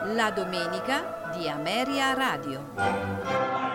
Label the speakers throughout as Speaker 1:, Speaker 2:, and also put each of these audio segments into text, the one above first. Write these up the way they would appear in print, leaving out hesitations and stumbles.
Speaker 1: La domenica di Ameria Radio.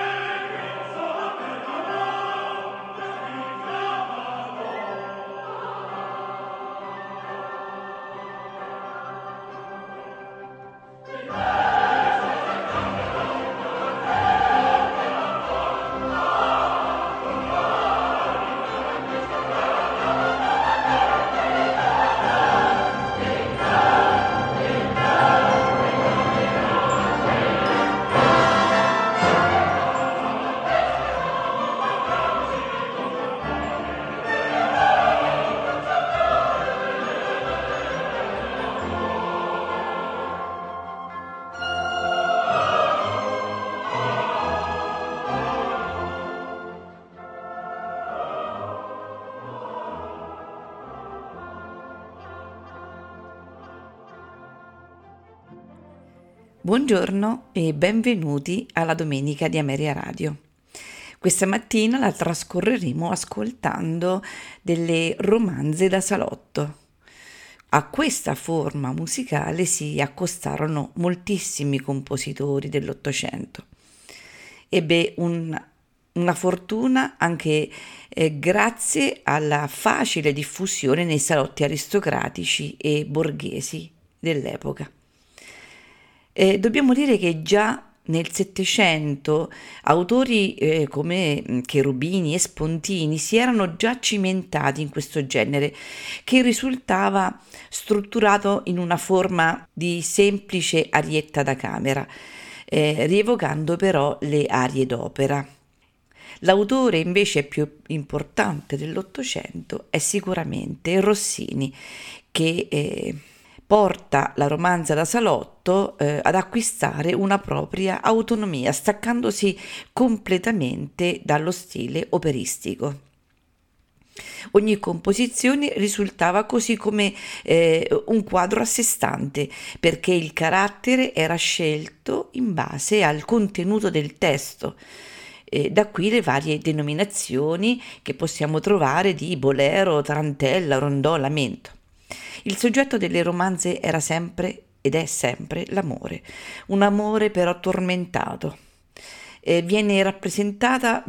Speaker 2: Buongiorno e benvenuti alla Domenica di Ameria Radio. Questa mattina la trascorreremo ascoltando delle romanze da salotto. A questa forma musicale si accostarono moltissimi compositori dell'Ottocento. Ebbe una fortuna anche grazie alla facile diffusione nei salotti aristocratici e borghesi dell'epoca. Dobbiamo dire che già nel Settecento autori come Cherubini e Spontini si erano già cimentati in questo genere, che risultava strutturato in una forma di semplice arietta da camera, rievocando però le arie d'opera. L'autore invece più importante dell'Ottocento è sicuramente Rossini, che porta la romanza da salotto ad acquistare una propria autonomia, staccandosi completamente dallo stile operistico. Ogni composizione risultava così come un quadro a sé stante, perché il carattere era scelto in base al contenuto del testo. Da qui le varie denominazioni che possiamo trovare di bolero, tarantella, rondò, lamento. Il soggetto delle romanze era sempre ed è sempre l'amore, un amore però tormentato. Viene rappresentata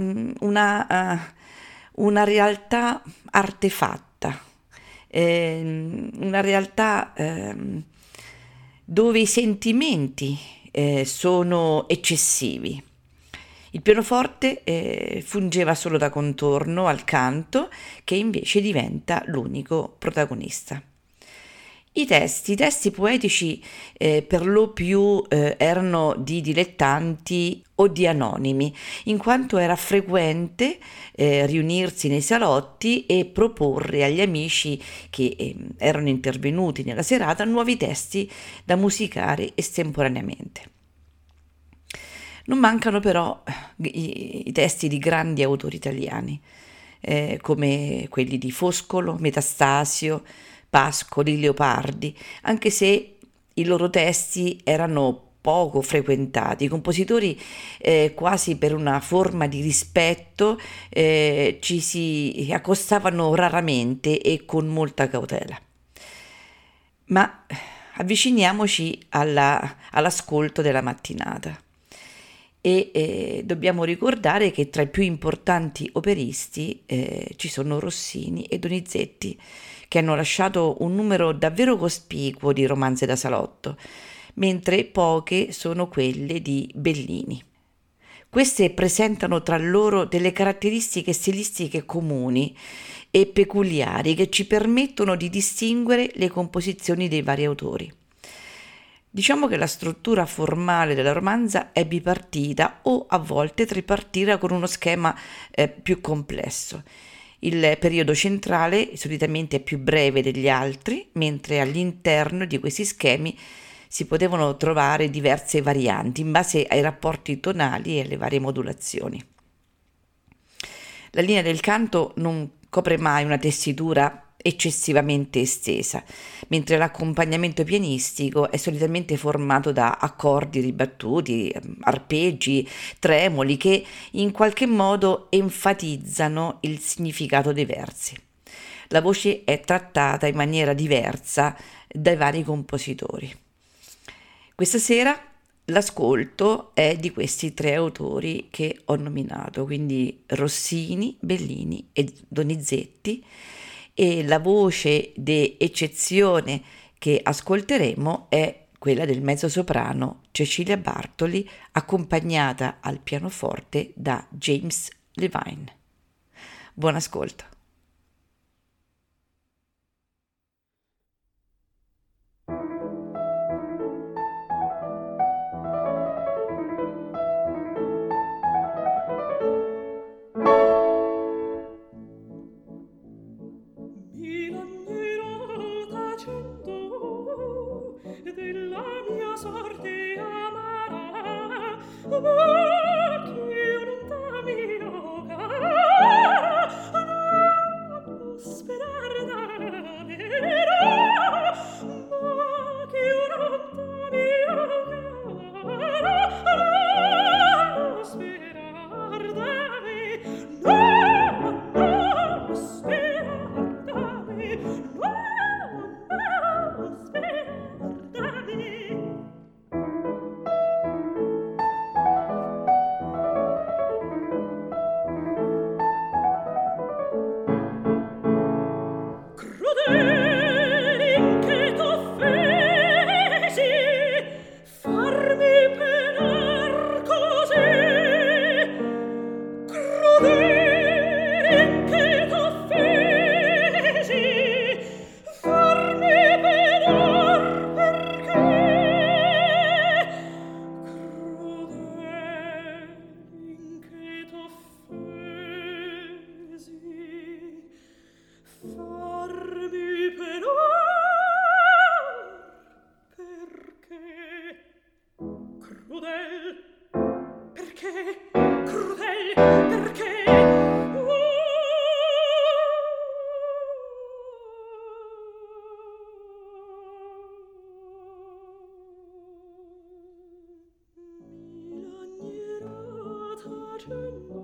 Speaker 2: una realtà artefatta, una realtà dove i sentimenti sono eccessivi. Il pianoforte fungeva solo da contorno al canto, che invece diventa l'unico protagonista. I testi poetici per lo più erano di dilettanti o di anonimi, in quanto era frequente riunirsi nei salotti e proporre agli amici che erano intervenuti nella serata nuovi testi da musicare estemporaneamente. Non mancano però i testi di grandi autori italiani, come quelli di Foscolo, Metastasio, Pascoli, Leopardi, anche se i loro testi erano poco frequentati. I compositori quasi per una forma di rispetto ci si accostavano raramente e con molta cautela. Ma avviciniamoci all'ascolto della mattinata. Dobbiamo ricordare che tra i più importanti operisti ci sono Rossini e Donizetti, che hanno lasciato un numero davvero cospicuo di romanze da salotto, mentre poche sono quelle di Bellini. Queste presentano tra loro delle caratteristiche stilistiche comuni e peculiari che ci permettono di distinguere le composizioni dei vari autori. Diciamo che la struttura formale della romanza è bipartita o a volte tripartita con uno schema più complesso. Il periodo centrale solitamente è più breve degli altri, mentre all'interno di questi schemi si potevano trovare diverse varianti in base ai rapporti tonali e alle varie modulazioni. La linea del canto non copre mai una tessitura eccessivamente estesa, mentre l'accompagnamento pianistico è solitamente formato da accordi ribattuti, arpeggi, tremoli che in qualche modo enfatizzano il significato dei versi. La voce è trattata in maniera diversa dai vari compositori. Questa sera l'ascolto è di questi tre autori che ho nominato, quindi Rossini, Bellini e Donizetti, e la voce d'eccezione che ascolteremo è quella del mezzosoprano Cecilia Bartoli, accompagnata al pianoforte da James Levine. Buon ascolto.
Speaker 3: Della mia sorte amara, ma ch'io non t'amiro cara, non sperar d'amero, ma ch'io non t'amiro cara, non sperar d'ame, non sperar d'ame, non sperar d'ame. Crudeli che t'offesi, farmi penar così. Crudeli che t'offesi, farmi penar perché. Crudeli che t'offesi, farmi penar perché crudel, perché crudel, perché mi lagnerà tacendo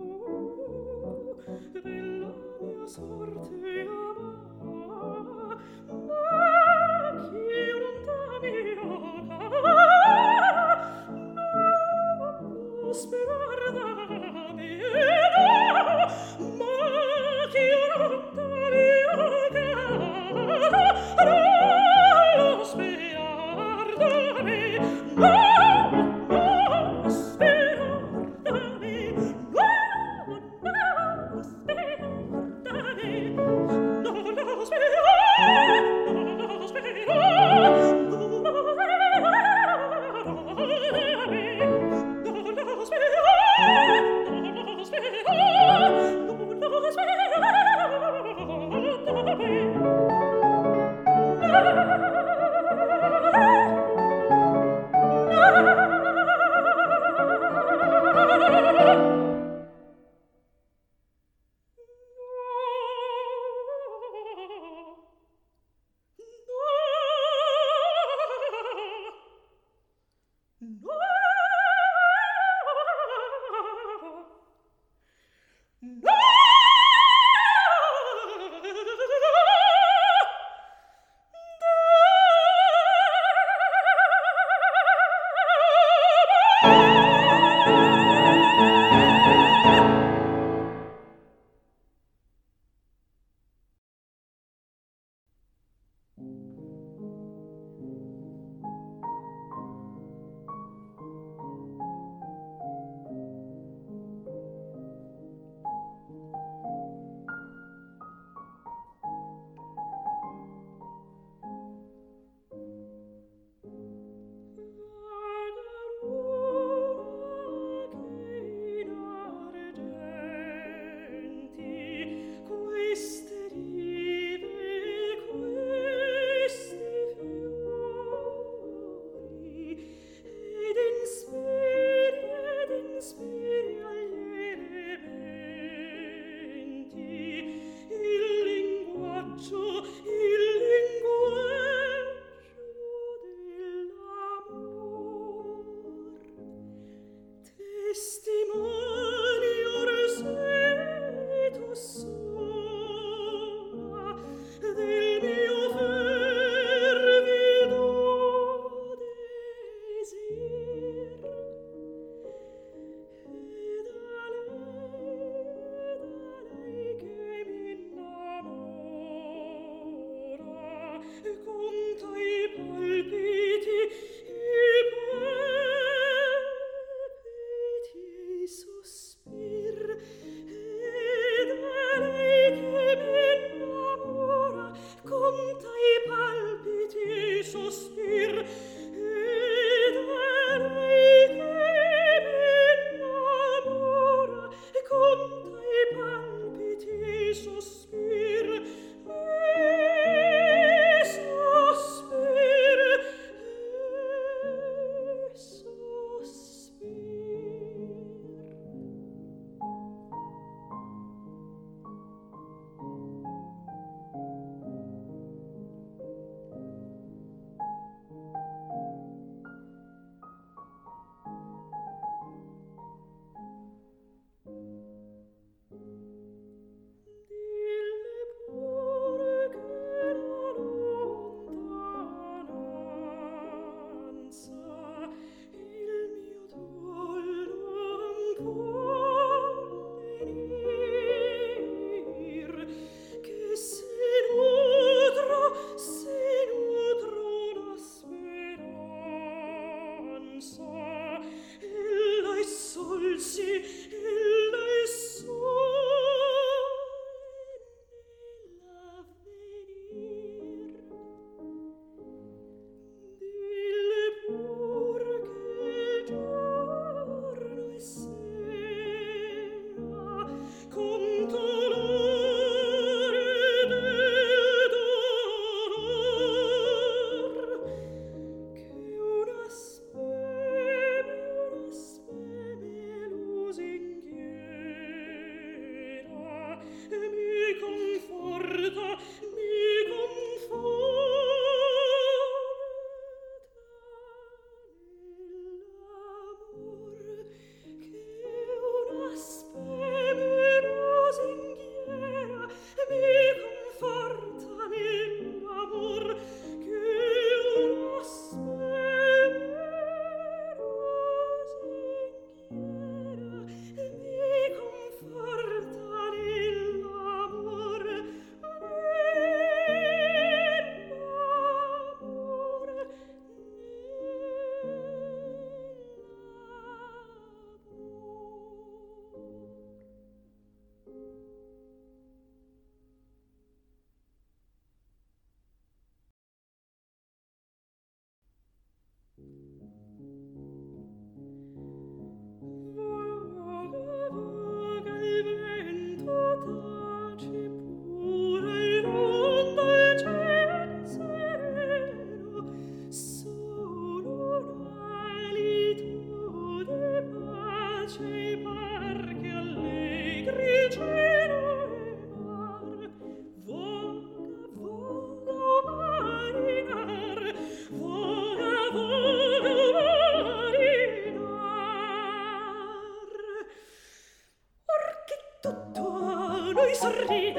Speaker 3: della mia sorte amara, ma ch'io non t'amiro cara, non sperar d'amero, ma ch'io non t'amiro cara, non sperar d'amero, non sperar d'amero, non sperar d'amero, non lo sperar, non lo sperar, non lo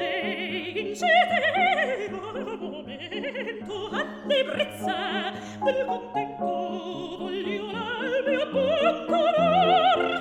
Speaker 3: lei in sedero momento all'ebbrezza del contento voglio l'albe abbondonar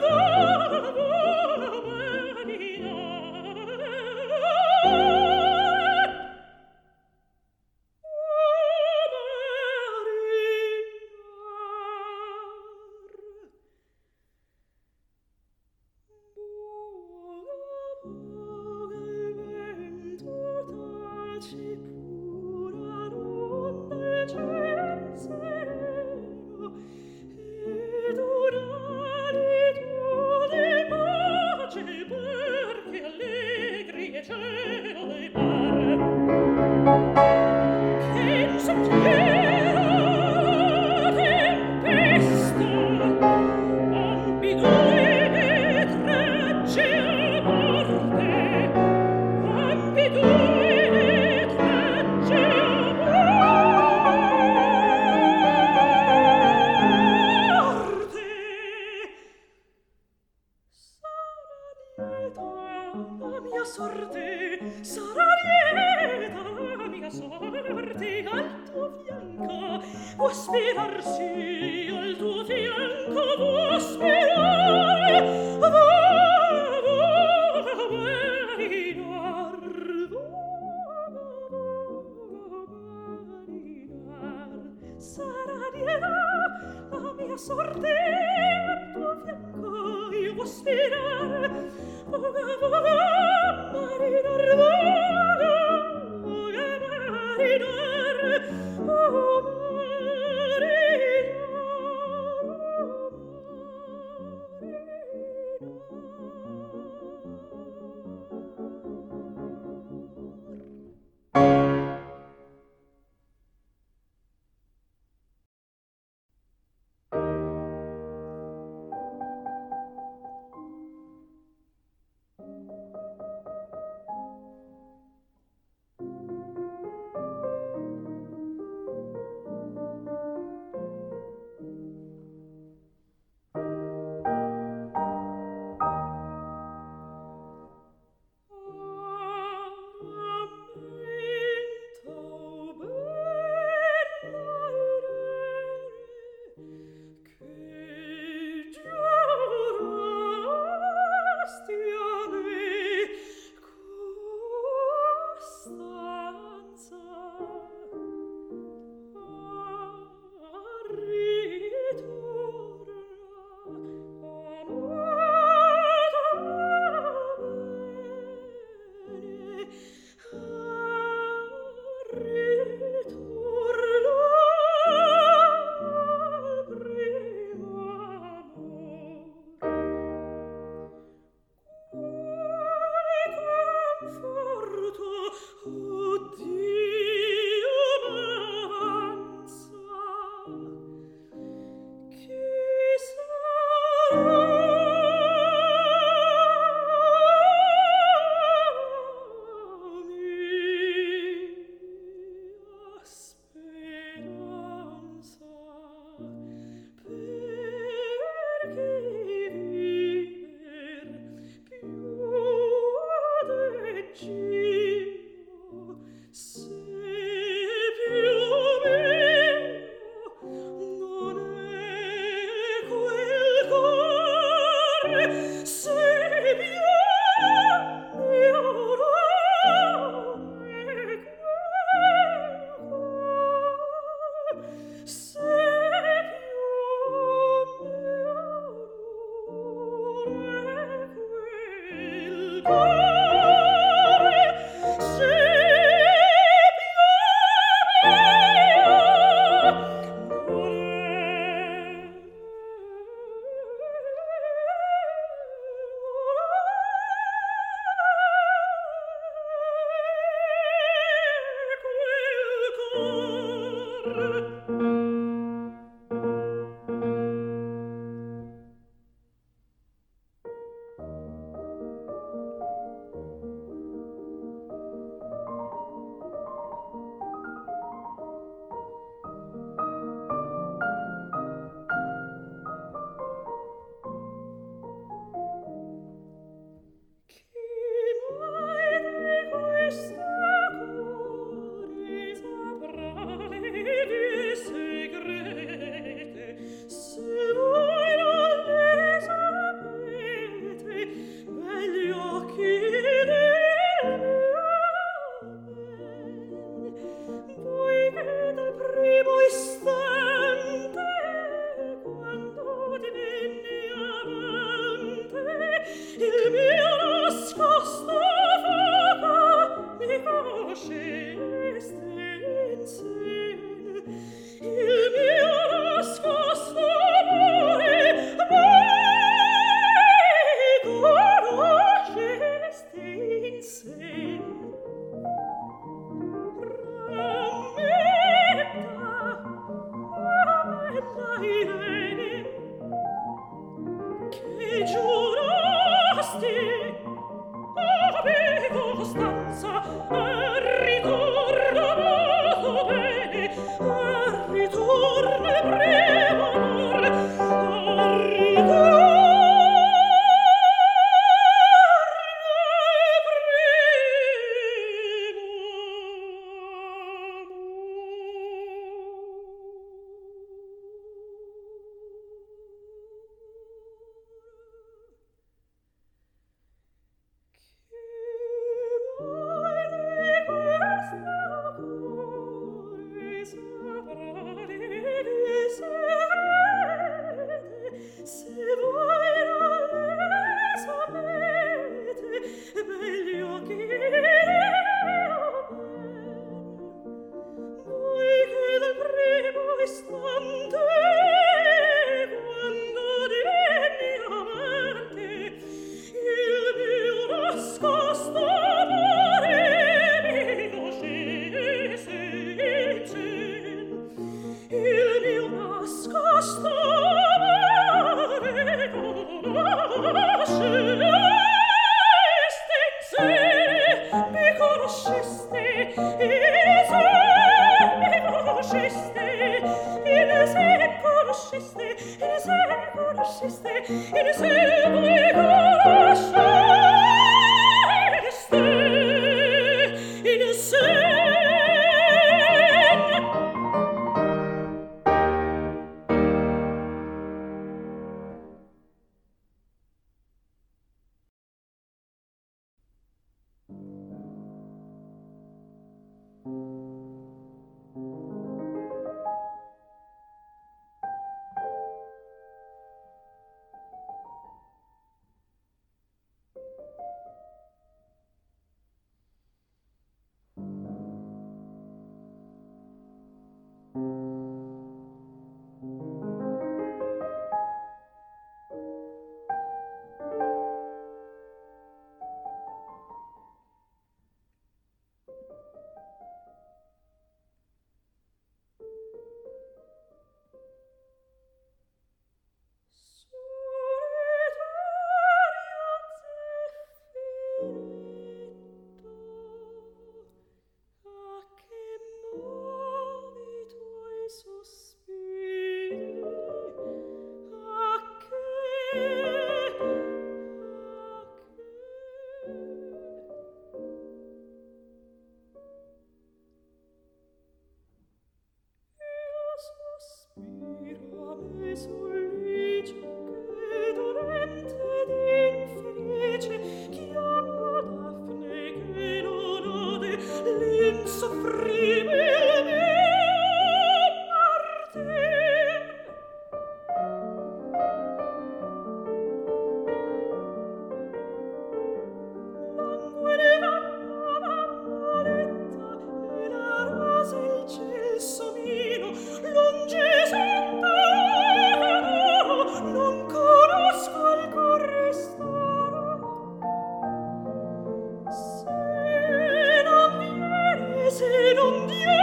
Speaker 3: Se non viene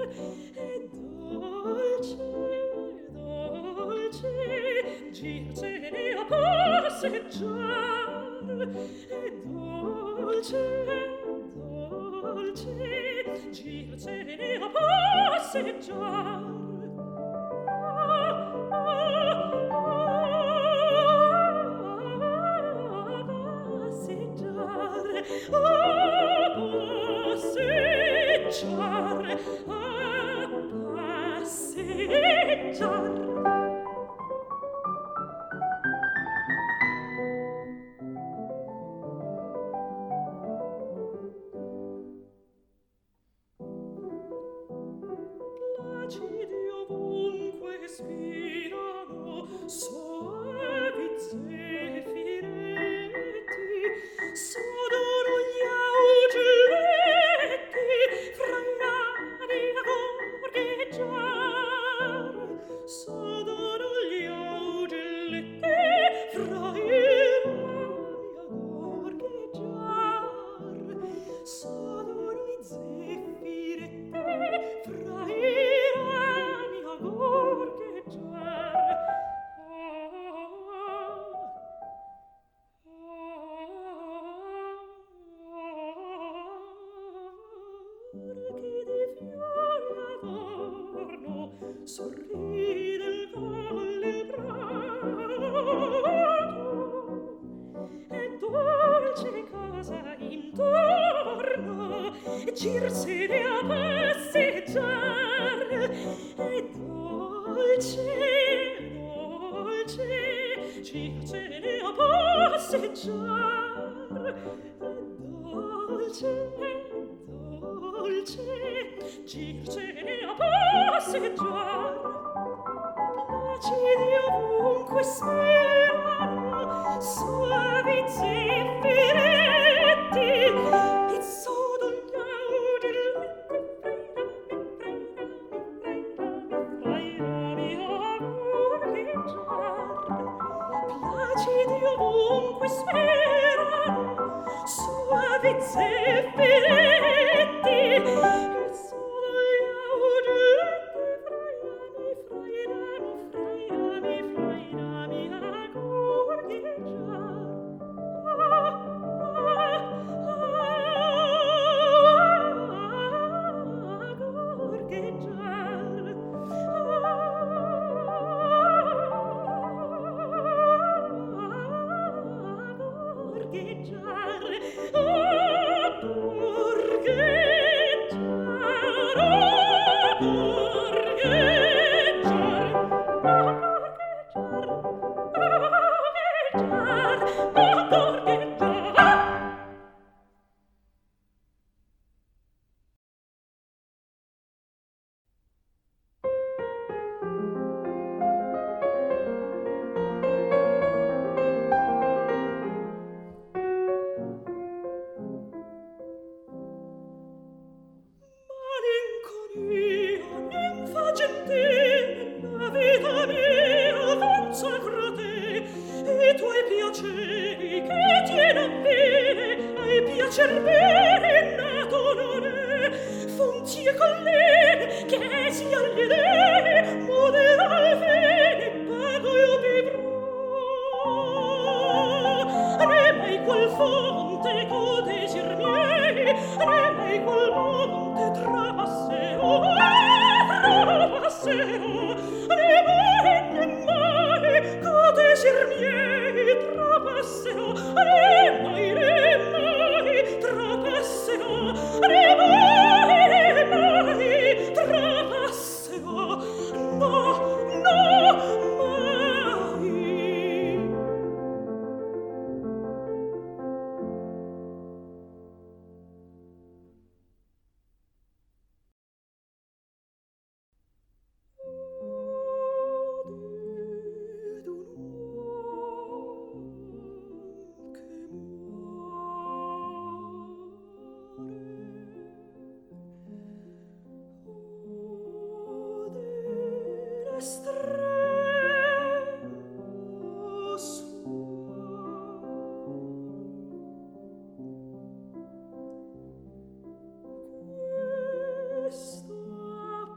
Speaker 3: e dolce, dolce, girsene a passeggiar, e dolce, dolce, girsene a passeggiar. Placidi ovunque spirano soavi zeffiretti, sodono gli augelletti fra i rami a gorgheggiar, sodono gli augelletti fra i rami a gorgheggiar, sodono i zeffiretti fra i rami a gorgheggiar. Chi di fiori adorno sorride il colle il prato, e dolce cosa intorno girsene a passeggiar, e dolce, dolce, girsene a passeggiar, e dolce, dolce, girsene a passeggiar. Placidi ovunque spirano soavi zeffiretti, e sodon gli augelletti fra i rami a gorgheggiar. Placidi ovunque spirano soavi zeffiretti, e sodon gli augelletti fra i rami a gorgheggiar. Malinconia, ninfa gentile, la vita mia consacra te, i tuoi piaceri che tiene a bene, ai piacer bene nato non è, fonti e colline che si agli dei, modera al fine, pago io vivrò. Ne mai qual fonte co desir miei, ne mai qual monte trapasserò, ne mai co desir miei trapasserò, ne mai trapasserò, ne mai trapasserò, no, no, mai. Questo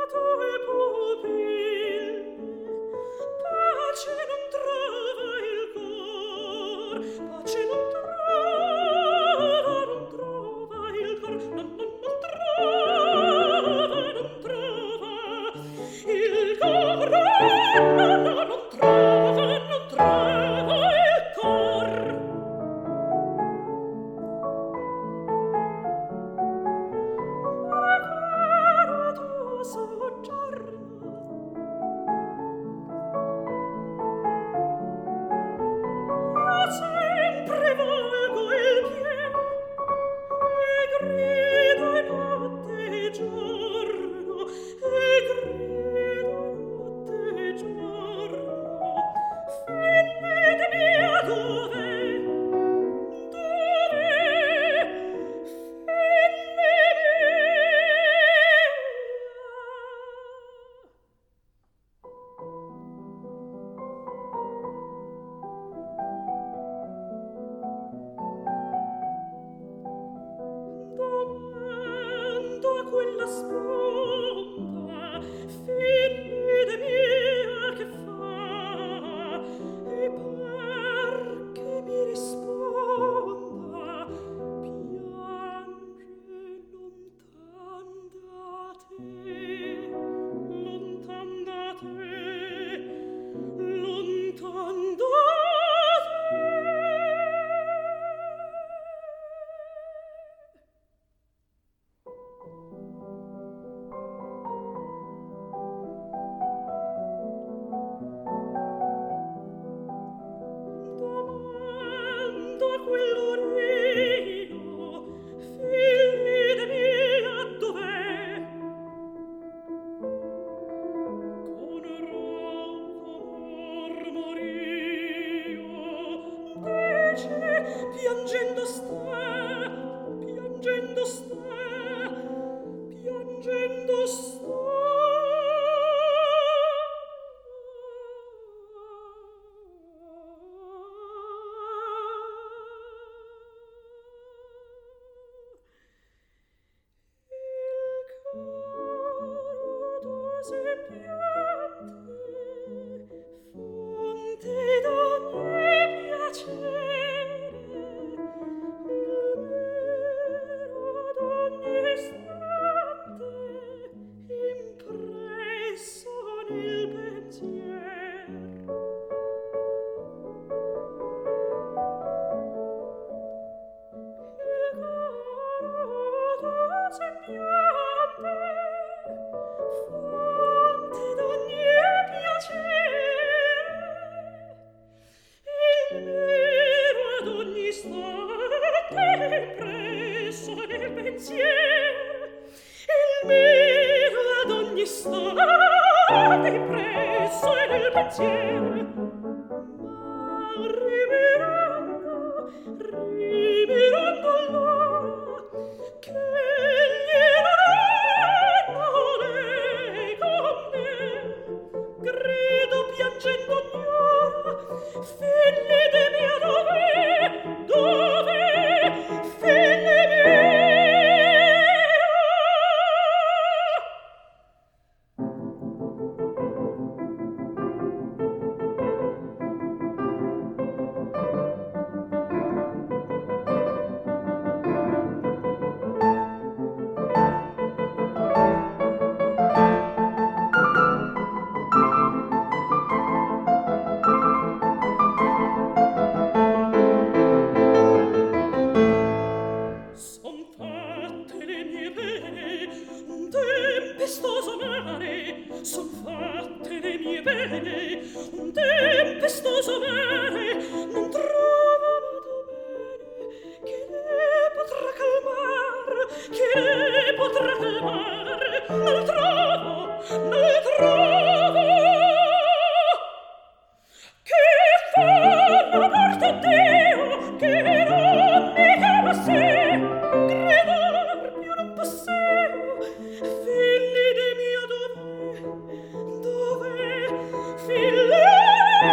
Speaker 3: Figli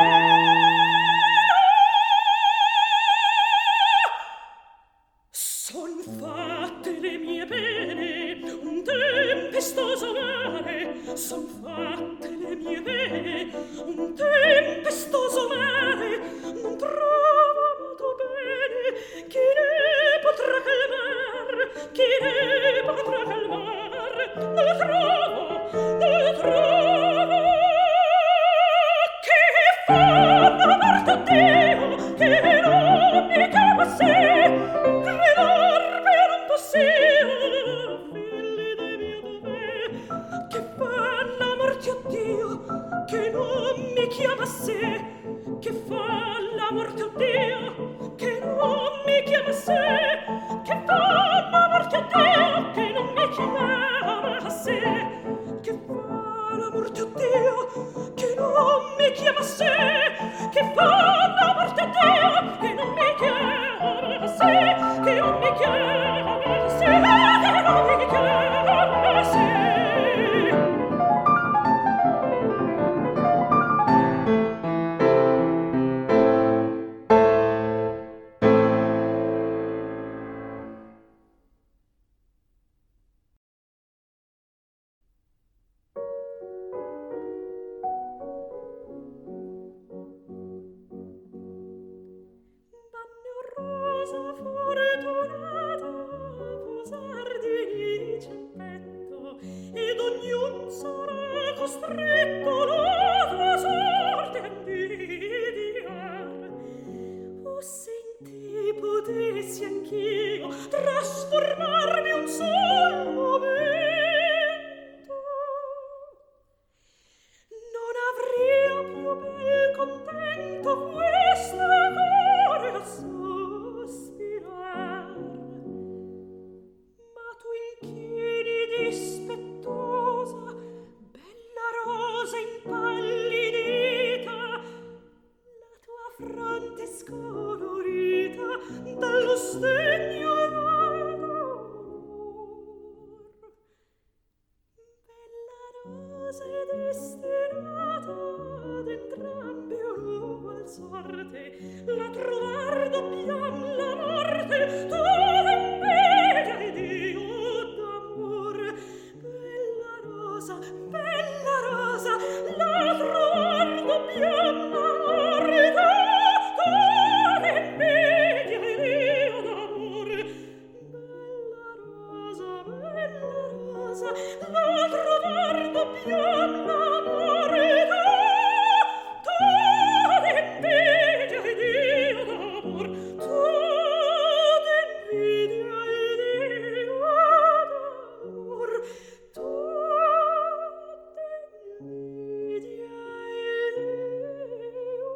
Speaker 3: son fatte le mie vene un tempestoso mare, non trovo amato bene chi ne potrà calmar, chi ne potrà calmar, non lo trovo, non lo trovo. Che fanno morto a Dio, che non mi chiama a sé, gridar per un po' sì, figli di mio dovere. Che fanno morti a Dio, che non mi chiama a sé, che fa la morte a Dio, che non mi chiama a sé, che fa la morte a Dio, che non mi chiama a sé, che fa la morte a Dio, che non mi chiama a sé, che fa la morte a Dio, che non mi chiama a sé, che non mi chiama a sé, che non mi chiama a sé. Rosa fortunata, posar di cepetto, ed ognun sarà costretto la tua sorte a invidiar. Oh, se in te potessi anch'io trasformarmi un sol momento, non avrei più bel contento questa core a sospirar. Ma tu inchini dispettosa, bella rosa impallidita, la tua fronte scolorita dallo sdegno e dal dolor. Bella rosa è destinata ad entrambi un'ugual sorte, la trovar dobbiam la morte, tu d'invidia ed io d'amor. Bella rosa, la trovar dobbiam la morte, tu d'invidia ed io d'amor. Bella rosa, la trovar dobbiam la morte, tu d'invidia ed io d'amor, tu d'invidia ed io d'amor, tu d'invidia ed io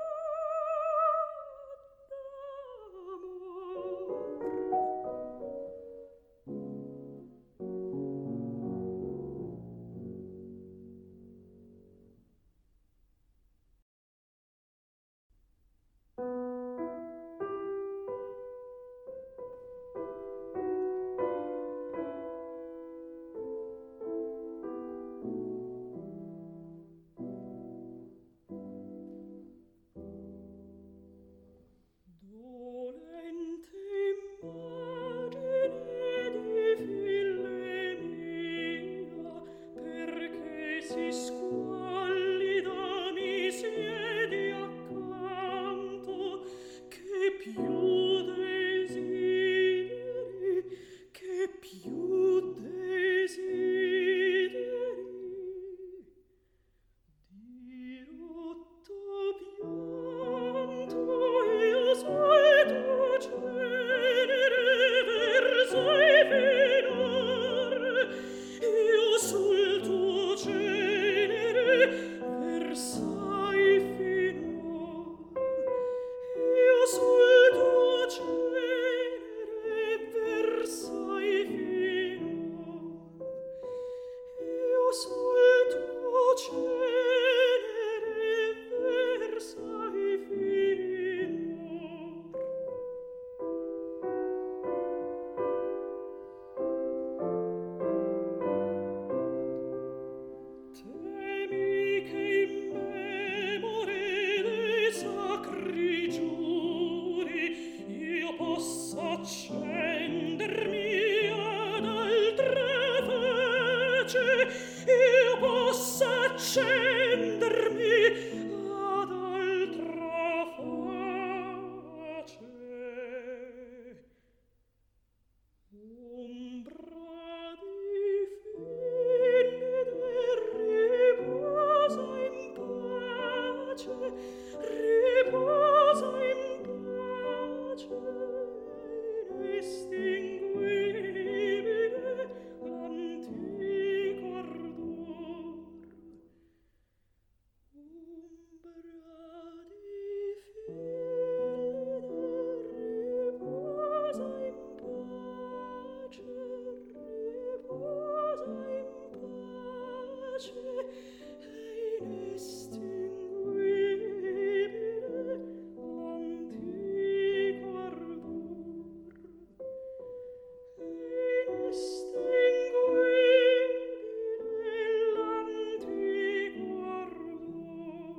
Speaker 3: dolente immagine di figlia mia, perché si squallida mi siedi accanto, che più desideri, che più desideri. Dirotto pianto io sei tuo cenere, versai finor, io sul tuo cenere versai finor, io sul tuo cenere versai finor, io sul tuo cenere versai finor. Temi che in memore dei sacri giuri io possa accendermi ad altre fece, io possa accendermi ad altra face. Ombra di fine riposa in pace, riposa in pace, inestinguibile antico ardor. Ombra di fine riposa in pace, riposa in pace, inestinguibile antico ardor. Inestinguibile l'antico ardor.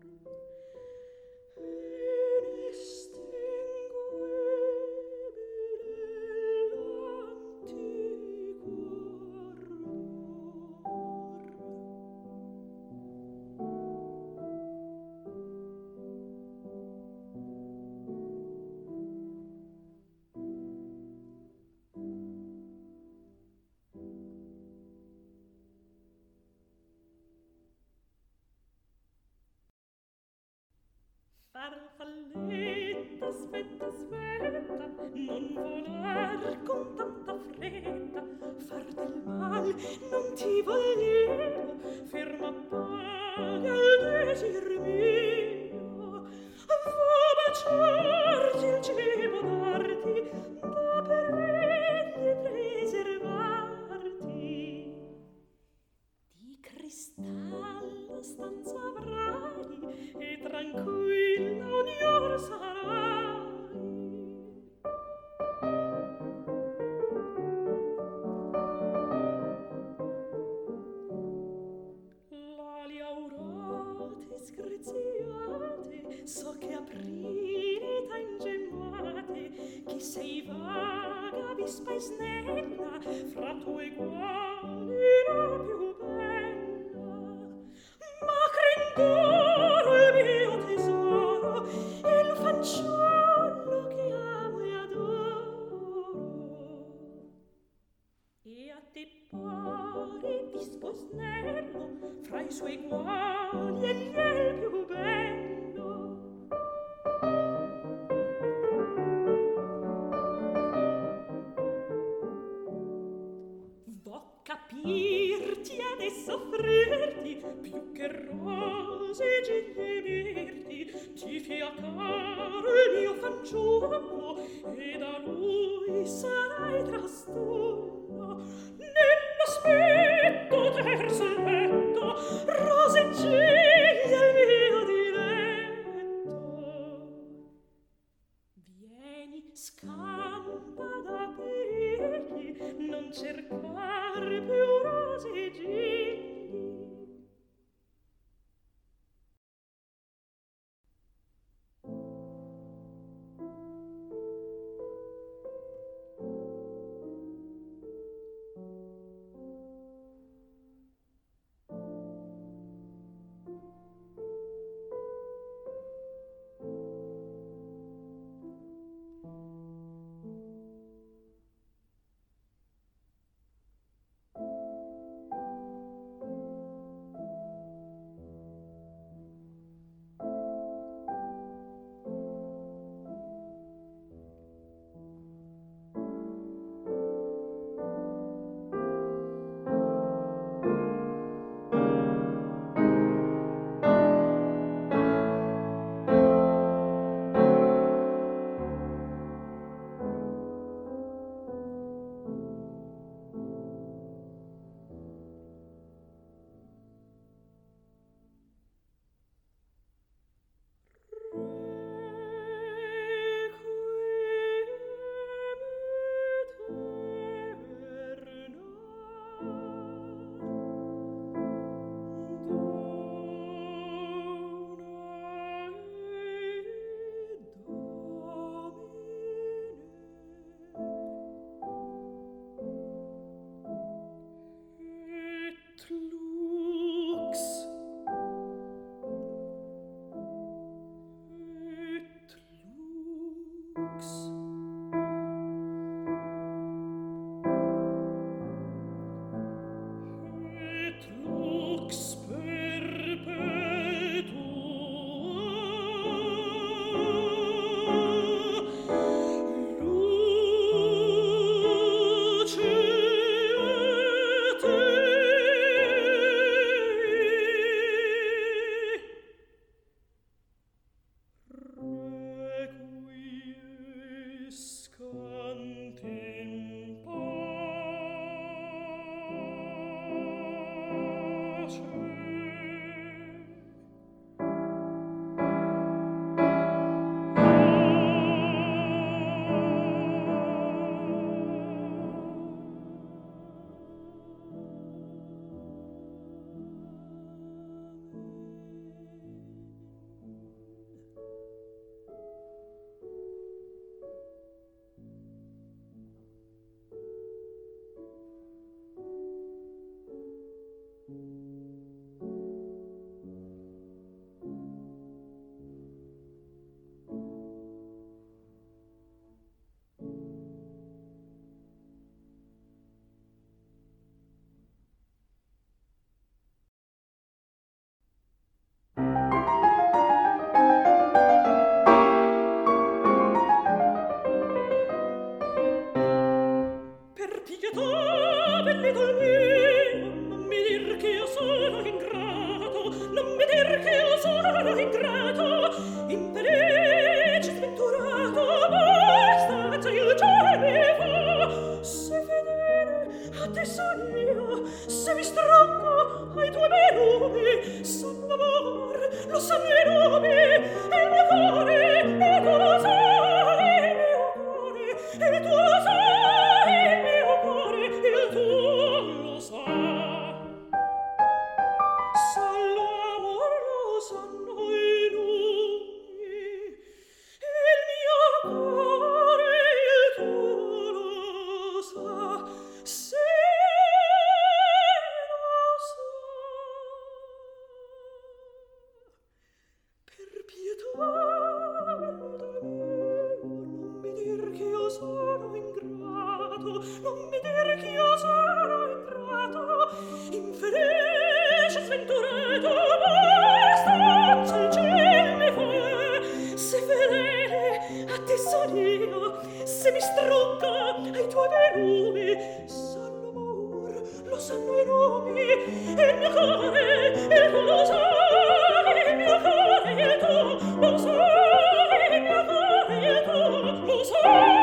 Speaker 3: Farfalletta, aspetta, aspetta, non volar con tanta fretta, far del mal non ti voglio, ferma paga il desir mio, vo baciarti il cibo darti, da perenne preservarti. Di cristallo stanza avrai e tranquilla ognor sarai. L'ali aurate screziate, so che aprire t'ha ingemmate, che sei vaga, vispa e snella, fra tue eguali la più bella. Macrindoro il mio tesoro, il fanciullo che amo e adoro. E a te pare vispo e snello, fra i suoi eguali egli è il più bello. Vo capirti adesso offrirti più che rose e gigli mirti, ti fia caro il mio fanciullo e da lui sarai trastullo. Nell'aspetto terzo il petto, rose e gigli il mio diletto. Vieni, scampa da perigli, non cercar più rose e gigli. ingrato, infelice, sventurato, basta il cielo mi fa. Se fedele a te son io, se mi stronco ai tuoi bei numi, son l'amor, lo sanno i numi, il mio cuore, e tu lo sai, il mio cuore, e tu lo sai, il mio cuore, il tuo lo sai. Non mi dire che io sono ingrato, infelice, sventurato, basta il cielo mi fa. Se fedele a te son io, se mi stronca ai tuoi numi, sanno amor, lo sanno i numi, il mio cuore, e tu lo sai, il mio cuore, e tu lo sai, il mio cuore, e tu lo sai.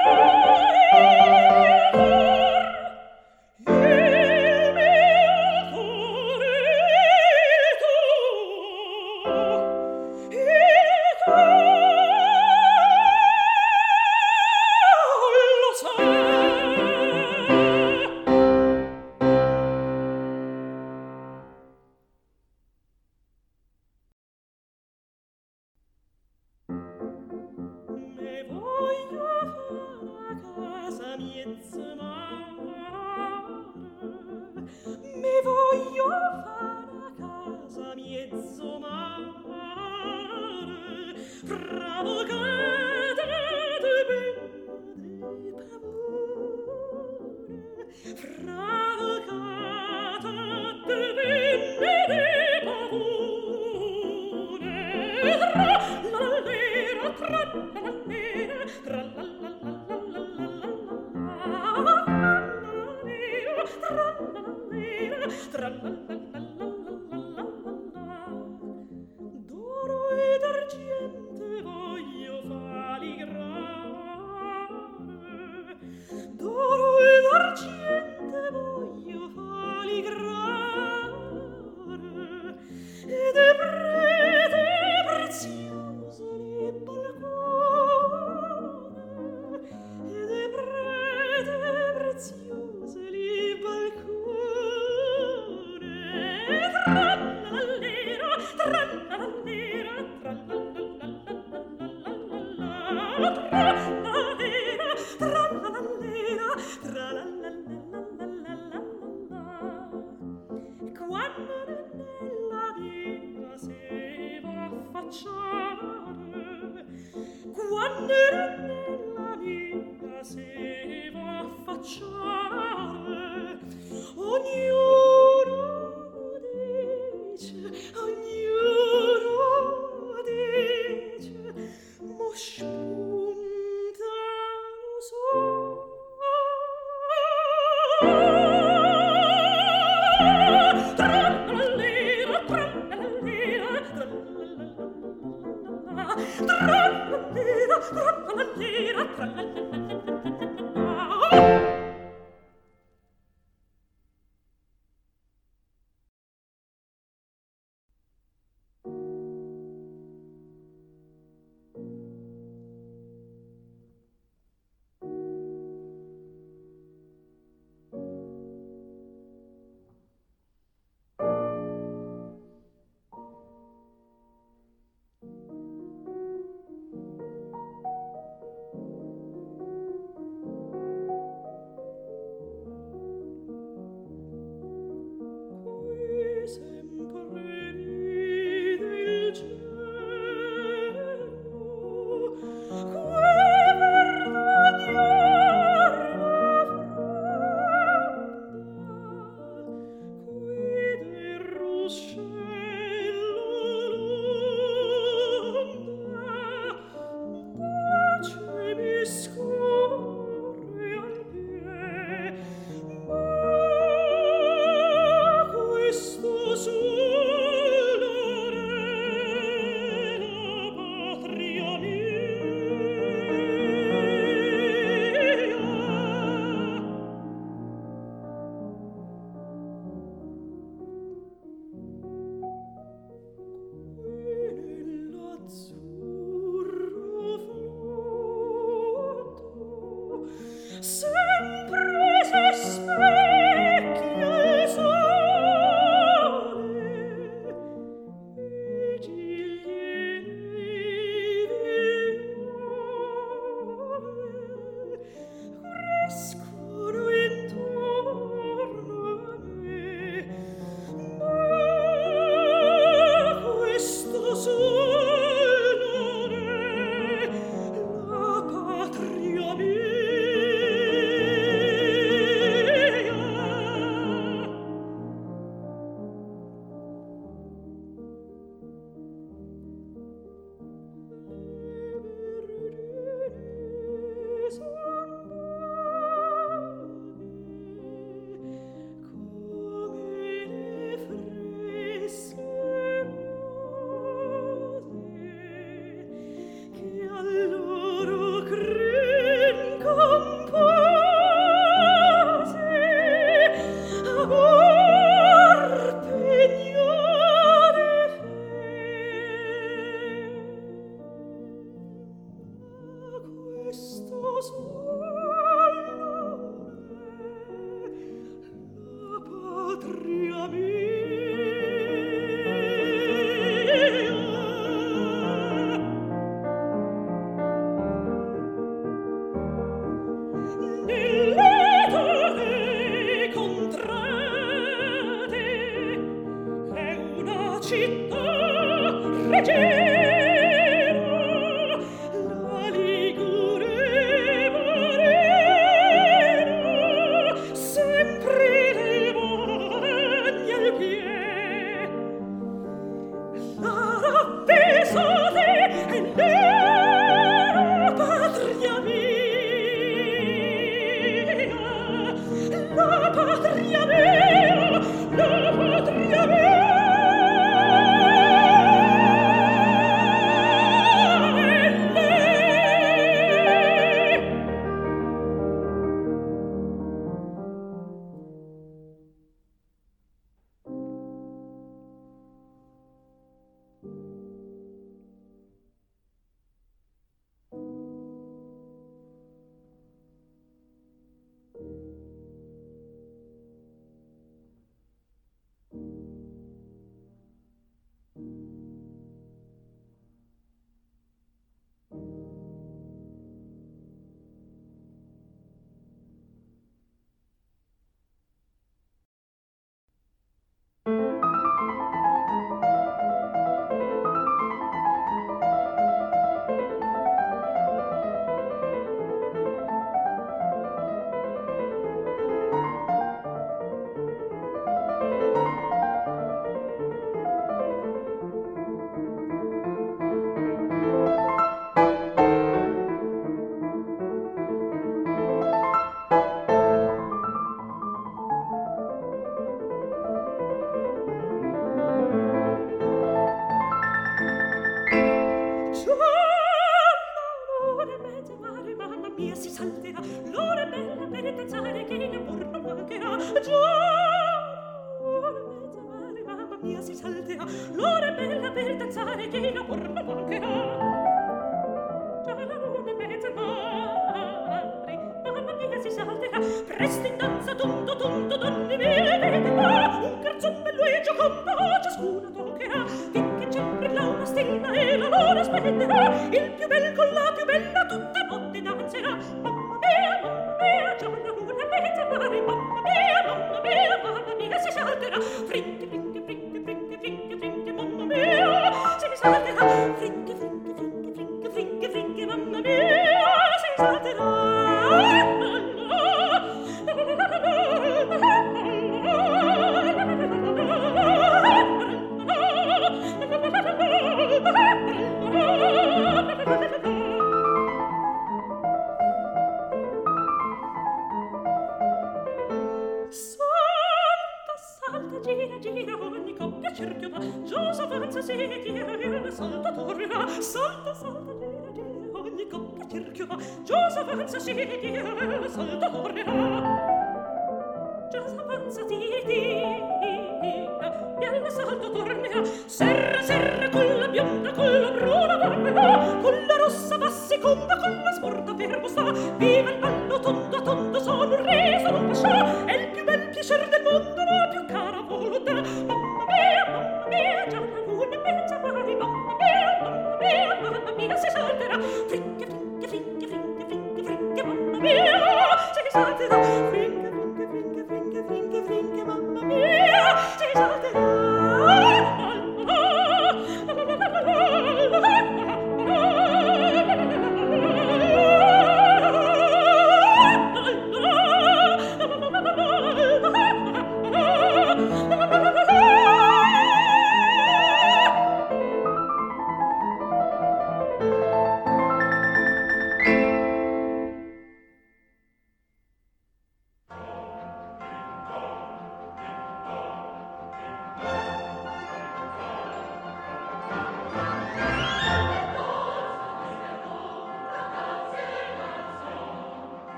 Speaker 3: D'oro ed argente voglio faligrare, d'oro ed argente voglio faligrare, ed è prete preziose le balcone, ed è prete preziose le balcone. Quando nella vita si va a affacciare, quando nella vita si va a affacciare, ognuno dice, mo spunta lo so. Trallallera, trallallera, trallallera, trallallera, trallallera.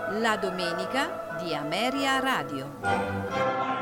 Speaker 1: La domenica di Ameria Radio.